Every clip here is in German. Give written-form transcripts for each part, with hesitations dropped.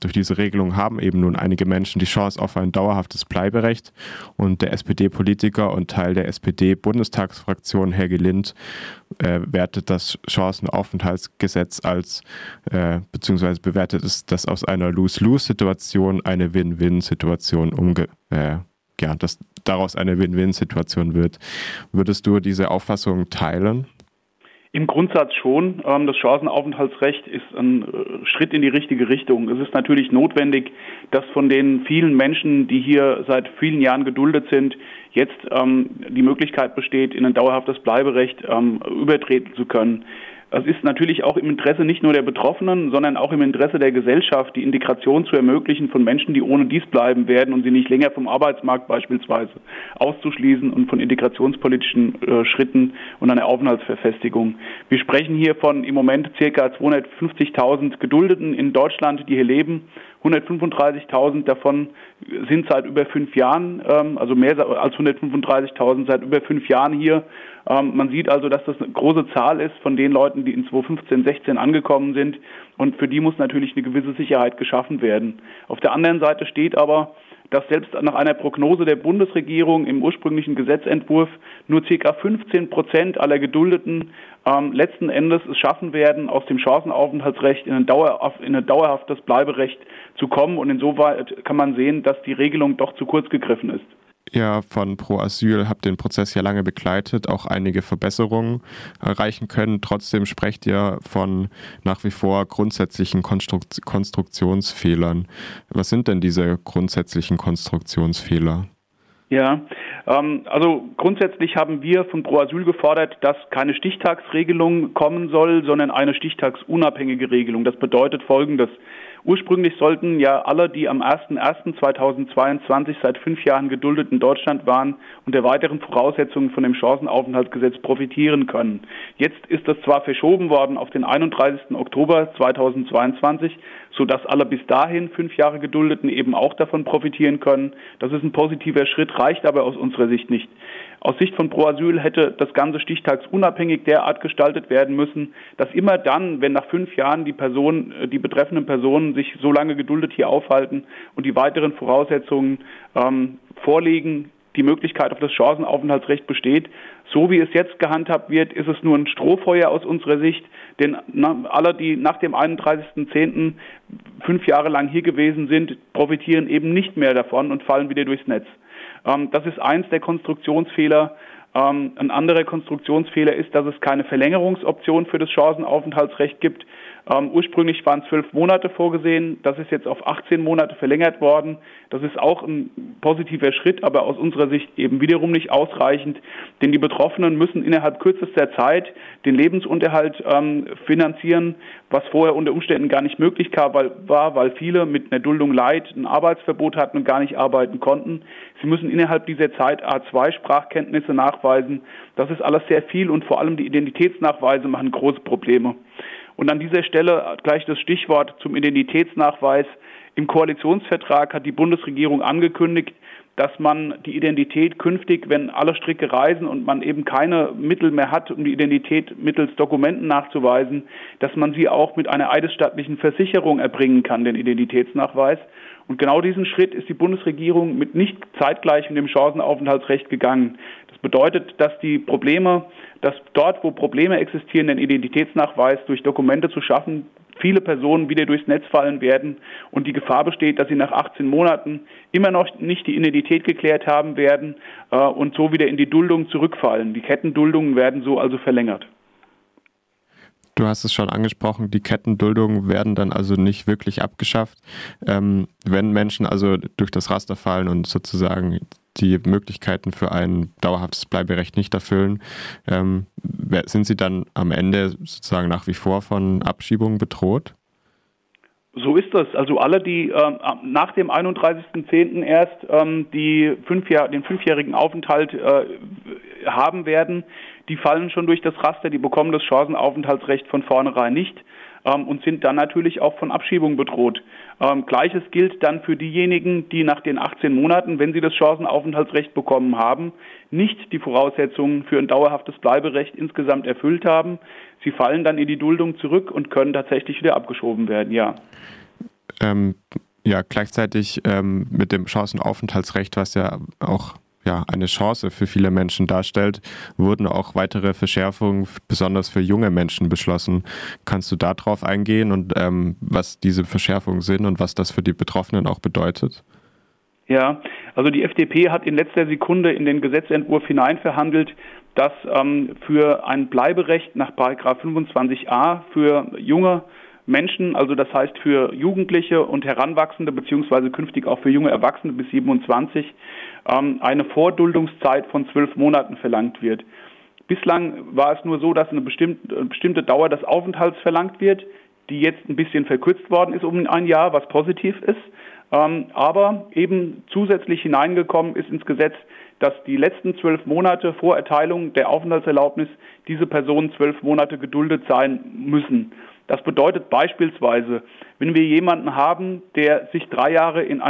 durch diese Regelung haben eben nun einige Menschen die Chance auf ein dauerhaftes Bleiberecht. Und der SPD-Politiker und Teil der SPD-Bundestagsfraktion, Helge Lind, wertet das Chancenaufenthaltsgesetz beziehungsweise bewertet es, dass aus einer Lose-Lose-Situation eine Win-Win-Situation dass daraus eine Win-Win-Situation wird. Würdest du diese Auffassung teilen? Im Grundsatz schon. Das Chancenaufenthaltsrecht ist ein Schritt in die richtige Richtung. Es ist natürlich notwendig, dass von den vielen Menschen, die hier seit vielen Jahren geduldet sind, jetzt die Möglichkeit besteht, in ein dauerhaftes Bleiberecht übertreten zu können. Es ist natürlich auch im Interesse nicht nur der Betroffenen, sondern auch im Interesse der Gesellschaft, die Integration zu ermöglichen von Menschen, die ohne dies bleiben werden und sie nicht länger vom Arbeitsmarkt beispielsweise auszuschließen und von integrationspolitischen Schritten und einer Aufenthaltsverfestigung. Wir sprechen hier von im Moment ca. 250.000 Geduldeten in Deutschland, die hier leben. 135.000 davon sind seit über 5 Jahren, also mehr als 135.000 seit über 5 Jahren hier. Man sieht also, dass das eine große Zahl ist von den Leuten, die in 2015, 16 angekommen sind. Und für die muss natürlich eine gewisse Sicherheit geschaffen werden. Auf der anderen Seite steht aber, dass selbst nach einer Prognose der Bundesregierung im ursprünglichen Gesetzentwurf nur ca. 15% aller Geduldeten letzten Endes es schaffen werden, aus dem Chancenaufenthaltsrecht in ein dauerhaftes Bleiberecht zu kommen. Und insoweit kann man sehen, dass die Regelung doch zu kurz gegriffen ist. Ihr von Pro Asyl habt den Prozess ja lange begleitet, auch einige Verbesserungen erreichen können. Trotzdem sprecht ihr von nach wie vor grundsätzlichen Konstruktionsfehlern. Was sind denn diese grundsätzlichen Konstruktionsfehler? Ja, also grundsätzlich haben wir von Pro Asyl gefordert, dass keine Stichtagsregelung kommen soll, sondern eine stichtagsunabhängige Regelung. Das bedeutet Folgendes. Ursprünglich sollten ja alle, die am 01.01.2022 seit 5 Jahren geduldet in Deutschland waren und der weiteren Voraussetzungen von dem Chancenaufenthaltsgesetz profitieren können. Jetzt ist das zwar verschoben worden auf den 31. Oktober 2022, sodass alle bis dahin 5 Jahre Geduldeten eben auch davon profitieren können. Das ist ein positiver Schritt, reicht aber aus unserer Sicht nicht. Aus Sicht von Pro Asyl hätte das Ganze stichtagsunabhängig derart gestaltet werden müssen, dass immer dann, wenn nach 5 Jahren die betreffenden Personen sich so lange geduldet hier aufhalten und die weiteren Voraussetzungen vorliegen, die Möglichkeit auf das Chancenaufenthaltsrecht besteht. So wie es jetzt gehandhabt wird, ist es nur ein Strohfeuer aus unserer Sicht, denn alle, die nach dem 31.10. 5 Jahre lang hier gewesen sind, profitieren eben nicht mehr davon und fallen wieder durchs Netz. Das ist eins der Konstruktionsfehler. Ein anderer Konstruktionsfehler ist, dass es keine Verlängerungsoption für das Chancenaufenthaltsrecht gibt. Ursprünglich waren 12 Monate vorgesehen, das ist jetzt auf 18 Monate verlängert worden. Das ist auch ein positiver Schritt, aber aus unserer Sicht eben wiederum nicht ausreichend, denn die Betroffenen müssen innerhalb kürzester Zeit den Lebensunterhalt finanzieren, was vorher unter Umständen gar nicht möglich war, weil viele mit einer Duldung Leid ein Arbeitsverbot hatten und gar nicht arbeiten konnten. Sie müssen innerhalb dieser Zeit A2-Sprachkenntnisse nachweisen. Das ist alles sehr viel und vor allem die Identitätsnachweise machen große Probleme. Und an dieser Stelle gleich das Stichwort zum Identitätsnachweis. Im Koalitionsvertrag hat die Bundesregierung angekündigt, dass man die Identität künftig, wenn alle Stricke reisen und man eben keine Mittel mehr hat, um die Identität mittels Dokumenten nachzuweisen, dass man sie auch mit einer eidesstattlichen Versicherung erbringen kann, den Identitätsnachweis. Und genau diesen Schritt ist die Bundesregierung mit nicht zeitgleich mit dem Chancenaufenthaltsrecht gegangen. Das bedeutet, dass dort, wo Probleme existieren, den Identitätsnachweis durch Dokumente zu schaffen, viele Personen wieder durchs Netz fallen werden und die Gefahr besteht, dass sie nach 18 Monaten immer noch nicht die Identität geklärt haben werden und so wieder in die Duldung zurückfallen. Die Kettenduldungen werden so also verlängert. Du hast es schon angesprochen, die Kettenduldungen werden dann also nicht wirklich abgeschafft. Wenn Menschen also durch das Raster fallen und sozusagen die Möglichkeiten für ein dauerhaftes Bleiberecht nicht erfüllen, sind sie dann am Ende sozusagen nach wie vor von Abschiebungen bedroht? So ist das. Also alle, die nach dem 31.10. erst den 5-jährigen Aufenthalt haben werden, die fallen schon durch das Raster, die bekommen das Chancenaufenthaltsrecht von vornherein nicht und sind dann natürlich auch von Abschiebung bedroht. Gleiches gilt dann für diejenigen, die nach den 18 Monaten, wenn sie das Chancenaufenthaltsrecht bekommen haben, nicht die Voraussetzungen für ein dauerhaftes Bleiberecht insgesamt erfüllt haben. Sie fallen dann in die Duldung zurück und können tatsächlich wieder abgeschoben werden, ja. Ähm, ja, gleichzeitig mit dem Chancenaufenthaltsrecht, was ja auch eine Chance für viele Menschen darstellt, wurden auch weitere Verschärfungen, besonders für junge Menschen, beschlossen. Kannst du darauf eingehen und was diese Verschärfungen sind und was das für die Betroffenen auch bedeutet? Ja, also die FDP hat in letzter Sekunde in den Gesetzentwurf hineinverhandelt, dass für ein Bleiberecht nach § 25a für junge Menschen, also das heißt für Jugendliche und Heranwachsende beziehungsweise künftig auch für junge Erwachsene bis 27, eine Vorduldungszeit von 12 Monaten verlangt wird. Bislang war es nur so, dass eine bestimmte Dauer des Aufenthalts verlangt wird, die jetzt ein bisschen verkürzt worden ist um ein Jahr, was positiv ist. Aber eben zusätzlich hineingekommen ist ins Gesetz, dass die letzten 12 Monate vor Erteilung der Aufenthaltserlaubnis diese Personen 12 Monate geduldet sein müssen. Das bedeutet beispielsweise, wenn wir jemanden haben, der sich 3 Jahre im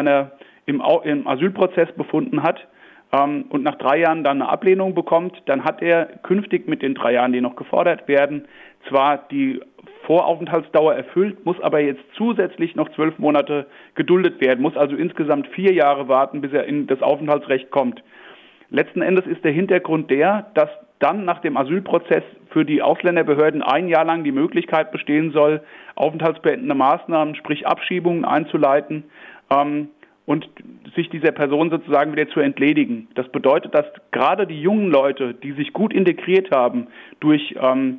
Asylprozess befunden hat und nach 3 Jahren dann eine Ablehnung bekommt, dann hat er künftig mit den 3 Jahren, die noch gefordert werden, zwar die Voraufenthaltsdauer erfüllt, muss aber jetzt zusätzlich noch 12 Monate geduldet werden, muss also insgesamt 4 Jahre warten, bis er in das Aufenthaltsrecht kommt. Letzten Endes ist der Hintergrund der, dass dann nach dem Asylprozess für die Ausländerbehörden 1 Jahr lang die Möglichkeit bestehen soll, aufenthaltsbeendende Maßnahmen, sprich Abschiebungen einzuleiten und sich dieser Person sozusagen wieder zu entledigen. Das bedeutet, dass gerade die jungen Leute, die sich gut integriert haben durch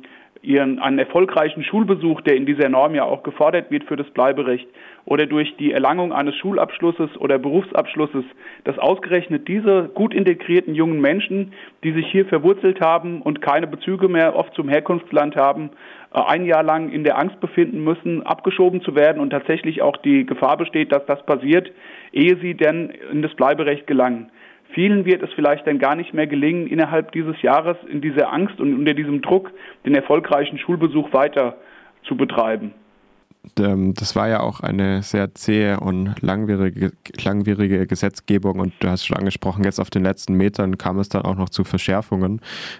einen erfolgreichen Schulbesuch, der in dieser Norm ja auch gefordert wird für das Bleiberecht, oder durch die Erlangung eines Schulabschlusses oder Berufsabschlusses, dass ausgerechnet diese gut integrierten jungen Menschen, die sich hier verwurzelt haben und keine Bezüge mehr oft zum Herkunftsland haben, 1 Jahr lang in der Angst befinden müssen, abgeschoben zu werden und tatsächlich auch die Gefahr besteht, dass das passiert, ehe sie denn in das Bleiberecht gelangen. Vielen wird es vielleicht dann gar nicht mehr gelingen, innerhalb dieses Jahres in dieser Angst und unter diesem Druck den erfolgreichen Schulbesuch weiter zu betreiben. Das war ja auch eine sehr zähe und langwierige Gesetzgebung und du hast schon angesprochen, jetzt auf den letzten Metern kam es dann auch noch zu Verschärfungen.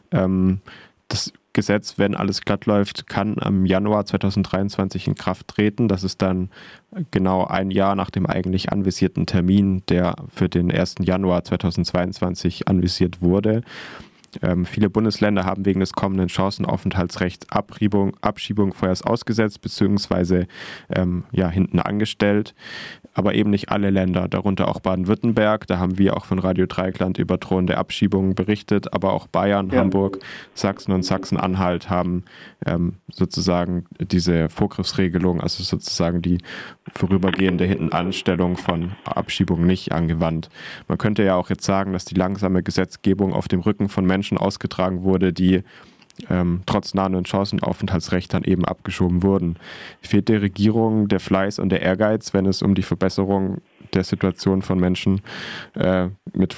Das Gesetz, wenn alles glatt läuft, kann am Januar 2023 in Kraft treten. Das ist dann genau 1 Jahr nach dem eigentlich anvisierten Termin, der für den 1. Januar 2022 anvisiert wurde. Viele Bundesländer haben wegen des kommenden Chancenaufenthaltsrechts Abschiebung vorerst ausgesetzt bzw. hinten angestellt. Aber eben nicht alle Länder, darunter auch Baden-Württemberg. Da haben wir auch von Radio Dreieckland über drohende Abschiebungen berichtet. Aber auch Bayern, Hamburg, Sachsen und Sachsen-Anhalt haben sozusagen diese Vorgriffsregelung, also sozusagen die vorübergehende Hintenanstellung von Abschiebungen nicht angewandt. Man könnte ja auch jetzt sagen, dass die langsame Gesetzgebung auf dem Rücken von Menschen ausgetragen wurde, die trotz Nah- und Chancenaufenthaltsrecht dann eben abgeschoben wurden. Fehlt der Regierung der Fleiß und der Ehrgeiz, wenn es um die Verbesserung der Situation von Menschen mit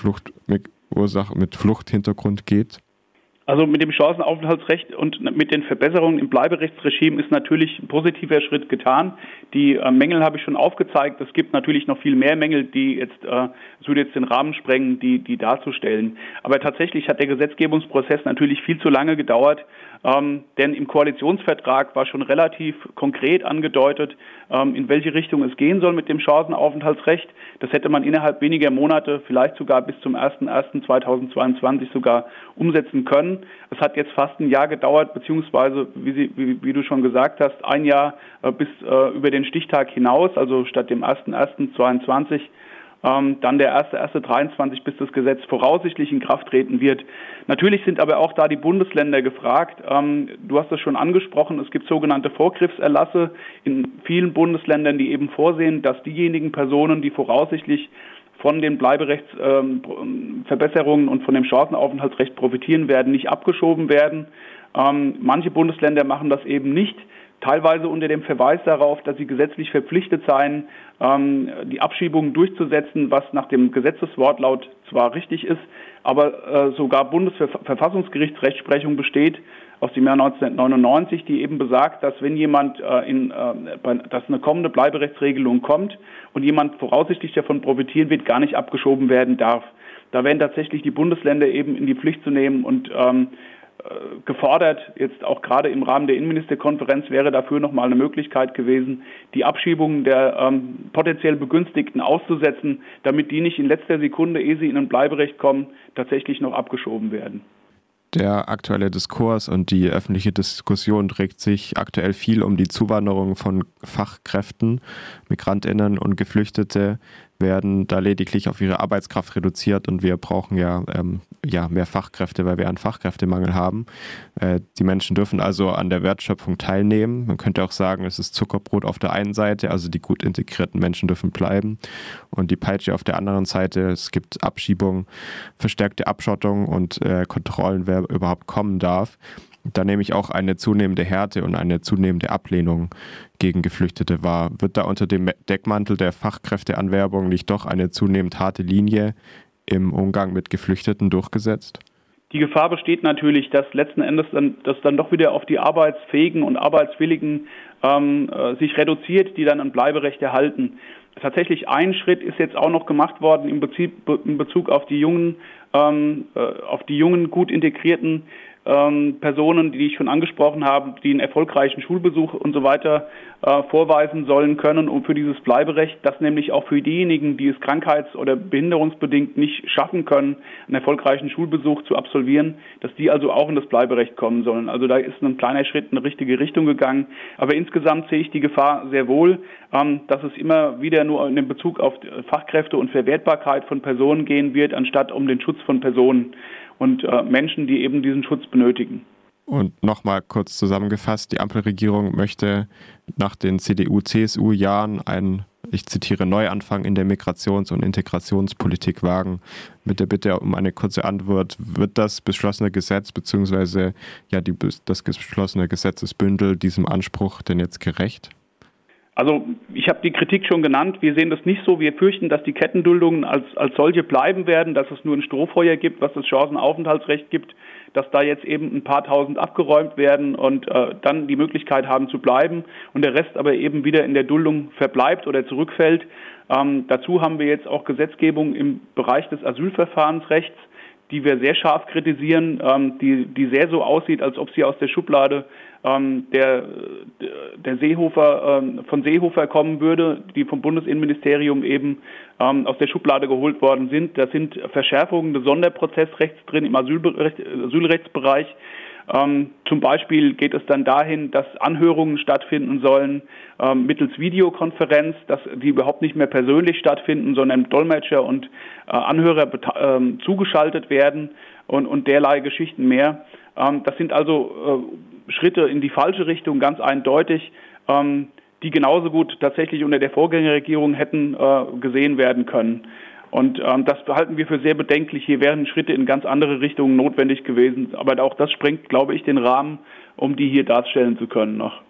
Fluchthintergrund geht? Also mit dem Chancenaufenthaltsrecht und mit den Verbesserungen im Bleiberechtsregime ist natürlich ein positiver Schritt getan. Die Mängel habe ich schon aufgezeigt. Es gibt natürlich noch viel mehr Mängel, die es würde jetzt den Rahmen sprengen, die darzustellen. Aber tatsächlich hat der Gesetzgebungsprozess natürlich viel zu lange gedauert, denn im Koalitionsvertrag war schon relativ konkret angedeutet, in welche Richtung es gehen soll mit dem Chancenaufenthaltsrecht. Das hätte man innerhalb weniger Monate, vielleicht sogar bis zum 01.01.2022 sogar umsetzen können. Es hat jetzt fast 1 Jahr gedauert, beziehungsweise, wie du schon gesagt hast, 1 Jahr bis über den Stichtag hinaus, also statt dem 01.01.22 dann der 1.1.23, bis das Gesetz voraussichtlich in Kraft treten wird. Natürlich sind aber auch da die Bundesländer gefragt. Du hast es schon angesprochen, es gibt sogenannte Vorgriffserlasse in vielen Bundesländern, die eben vorsehen, dass diejenigen Personen, die voraussichtlich von den Bleiberechtsverbesserungen und von dem Chancenaufenthaltsrecht profitieren werden, nicht abgeschoben werden. Manche Bundesländer machen das eben nicht. Teilweise unter dem Verweis darauf, dass sie gesetzlich verpflichtet seien, die Abschiebungen durchzusetzen, was nach dem Gesetzeswortlaut zwar richtig ist, aber sogar Bundesverfassungsgerichtsrechtsprechung besteht aus dem Jahr 1999, die eben besagt, dass wenn jemand dass eine kommende Bleiberechtsregelung kommt und jemand voraussichtlich davon profitieren wird, gar nicht abgeschoben werden darf. Da wären tatsächlich die Bundesländer eben in die Pflicht zu nehmen und gefordert, jetzt auch gerade im Rahmen der Innenministerkonferenz wäre dafür nochmal eine Möglichkeit gewesen, die Abschiebungen der potenziell Begünstigten auszusetzen, damit die nicht in letzter Sekunde, ehe sie in ein Bleiberecht kommen, tatsächlich noch abgeschoben werden. Der aktuelle Diskurs und die öffentliche Diskussion dreht sich aktuell viel um die Zuwanderung von Fachkräften. MigrantInnen und Geflüchtete werden da lediglich auf ihre Arbeitskraft reduziert und wir brauchen mehr Fachkräfte, weil wir einen Fachkräftemangel haben. Die Menschen dürfen also an der Wertschöpfung teilnehmen. Man könnte auch sagen, es ist Zuckerbrot auf der einen Seite, also die gut integrierten Menschen dürfen bleiben und die Peitsche auf der anderen Seite. Es gibt Abschiebung, verstärkte Abschottung und Kontrollen, wer überhaupt kommen darf. Da nehme ich auch eine zunehmende Härte und eine zunehmende Ablehnung gegen Geflüchtete wahr. Wird da unter dem Deckmantel der Fachkräfteanwerbung nicht doch eine zunehmend harte Linie im Umgang mit Geflüchteten durchgesetzt? Die Gefahr besteht natürlich, dass letzten Endes dann doch wieder auf die Arbeitsfähigen und Arbeitswilligen sich reduziert, die dann ein Bleiberecht erhalten. Tatsächlich ein Schritt ist jetzt auch noch gemacht worden in Bezug auf die jungen, gut integrierten Personen, die ich schon angesprochen habe, die einen erfolgreichen Schulbesuch und so weiter vorweisen sollen können, um für dieses Bleiberecht, das nämlich auch für diejenigen, die es krankheits- oder behinderungsbedingt nicht schaffen können, einen erfolgreichen Schulbesuch zu absolvieren, dass die also auch in das Bleiberecht kommen sollen. Also da ist ein kleiner Schritt in die richtige Richtung gegangen. Aber insgesamt sehe ich die Gefahr sehr wohl, dass es immer wieder nur in Bezug auf Fachkräfte und Verwertbarkeit von Personen gehen wird, anstatt um den Schutz von Personen und Menschen, die eben diesen Schutz benötigen. Und nochmal kurz zusammengefasst, die Ampelregierung möchte nach den CDU-CSU-Jahren einen, ich zitiere, Neuanfang in der Migrations- und Integrationspolitik wagen. Mit der Bitte um eine kurze Antwort, wird das beschlossene Gesetz bzw. das beschlossene Gesetzesbündel diesem Anspruch denn jetzt gerecht? Also ich habe die Kritik schon genannt. Wir sehen das nicht so. Wir fürchten, dass die Kettenduldungen als solche bleiben werden, dass es nur ein Strohfeuer gibt, was das Chancenaufenthaltsrecht gibt, dass da jetzt eben ein paar tausend abgeräumt werden und dann die Möglichkeit haben zu bleiben und der Rest aber eben wieder in der Duldung verbleibt oder zurückfällt. Dazu haben wir jetzt auch Gesetzgebung im Bereich des Asylverfahrensrechts, die wir sehr scharf kritisieren, die sehr so aussieht, als ob sie aus der Schublade der Seehofer, von Seehofer kommen würde, die vom Bundesinnenministerium eben aus der Schublade geholt worden sind. Da sind Verschärfungen des Sonderprozessrechts drin im Asylrechtsbereich. Zum Beispiel geht es dann dahin, dass Anhörungen stattfinden sollen mittels Videokonferenz, dass die überhaupt nicht mehr persönlich stattfinden, sondern Dolmetscher und Anhörer zugeschaltet werden und derlei Geschichten mehr. Das sind also Schritte in die falsche Richtung, ganz eindeutig, die genauso gut tatsächlich unter der Vorgängerregierung hätten gesehen werden können. Und das halten wir für sehr bedenklich. Hier wären Schritte in ganz andere Richtungen notwendig gewesen. Aber auch das sprengt, glaube ich, den Rahmen, um die hier darstellen zu können noch.